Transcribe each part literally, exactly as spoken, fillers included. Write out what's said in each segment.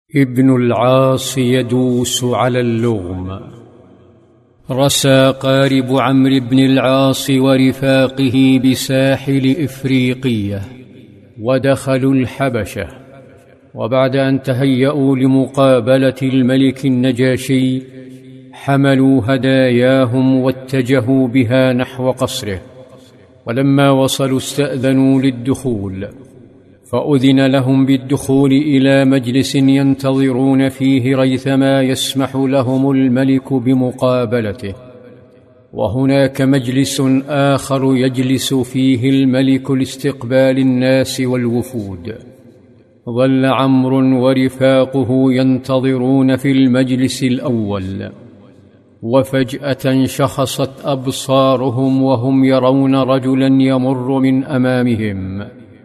ابن العاص يدوس على اللغم. رسى قارب عمرو بن العاص ورفاقه بساحل إفريقية ودخلوا الحبشة، وبعد أن تهيأوا لمقابلة الملك النجاشي حملوا هداياهم واتجهوا بها نحو قصره، ولما وصلوا استأذنوا للدخول، فأذن لهم بالدخول إلى مجلس ينتظرون فيه ريثما يسمح لهم الملك بمقابلته. وهناك مجلس آخر يجلس فيه الملك لاستقبال الناس والوفود. ظل عمرو ورفاقه ينتظرون في المجلس الأول، وفجأة شخصت أبصارهم وهم يرون رجلا يمر من أمامهم،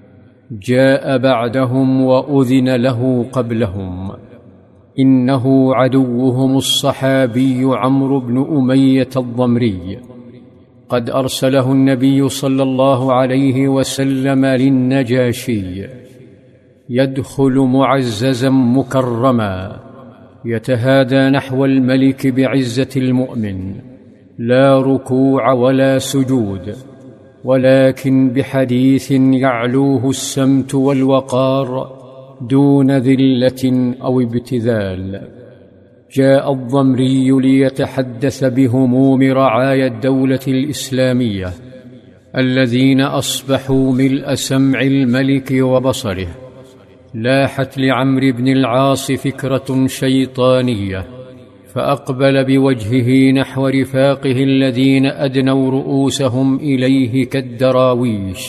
جاء بعدهم وأذن له قبلهم. إنه عدوهم الصحابي عمرو بن أمية الضمري، قد أرسله النبي صلى الله عليه وسلم للنجاشي، يدخل معززا مكرما يتهادى نحو الملك بعزة المؤمن، لا ركوع ولا سجود، ولكن بحديث يعلوه السمت والوقار دون ذلة أو ابتذال. جاء الضمري ليتحدث بهموم رعايا الدولة الإسلامية الذين أصبحوا ملء سمع الملك وبصره. لاحت لعمرو بن العاص فكرة شيطانية، فأقبل بوجهه نحو رفاقه الذين أدنوا رؤوسهم إليه كالدراويش،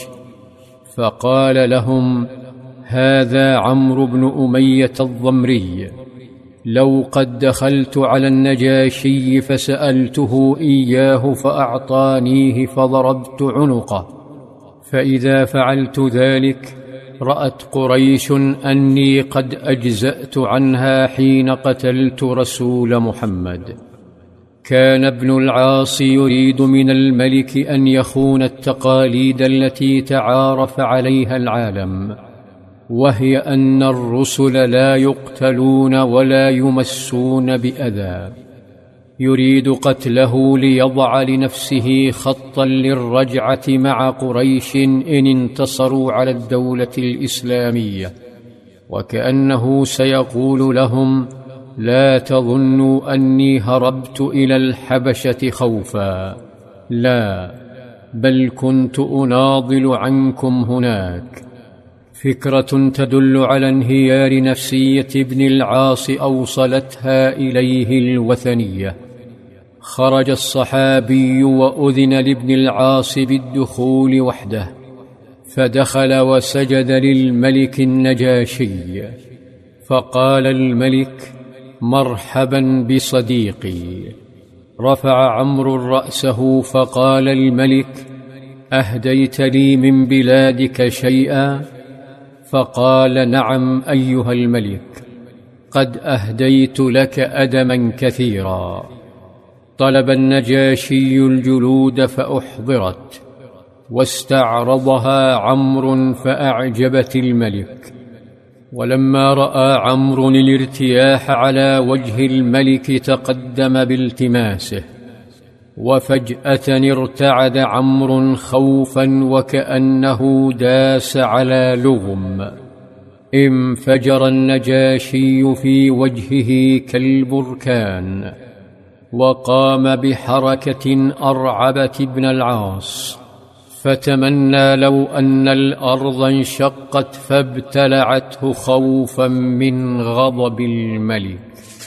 فقال لهم: هذا عمرو بن أمية الضمري، لو قد دخلت على النجاشي فسألته إياه فأعطانيه فضربت عنقه، فإذا فعلت ذلك رأت قريش أني قد أجزأت عنها حين قتلت رسول محمد. كان ابن العاص يريد من الملك أن يخون التقاليد التي تعارف عليها العالم، وهي أن الرسل لا يقتلون ولا يمسون بأذى. يريد قتله ليضع لنفسه خطا للرجعة مع قريش إن انتصروا على الدولة الإسلامية، وكأنه سيقول لهم: لا تظنوا أني هربت إلى الحبشة خوفا، لا، بل كنت أناضل عنكم هناك. فكرة تدل على انهيار نفسية ابن العاص أوصلتها إليه الوثنية. خرج الصحابي وأذن لابن العاص بالدخول وحده، فدخل وسجد للملك النجاشي، فقال الملك: مرحبا بصديقي. رفع عمرو رأسه فقال الملك: أهديت لي من بلادك شيئا؟ فقال: نعم أيها الملك، قد أهديت لك أدما كثيرا. طلب النجاشي الجلود فأحضرت، واستعرضها عمرو فأعجبت الملك. ولما رأى عمرو الارتياح على وجه الملك تقدم بالتماسه، وفجأة ارتعد عمرو خوفا وكأنه داس على لغم. انفجر النجاشي في وجهه كالبركان، وقام بحركة أرعبت ابن العاص، فتمنى لو أن الأرض انشقت فابتلعته خوفا من غضب الملك.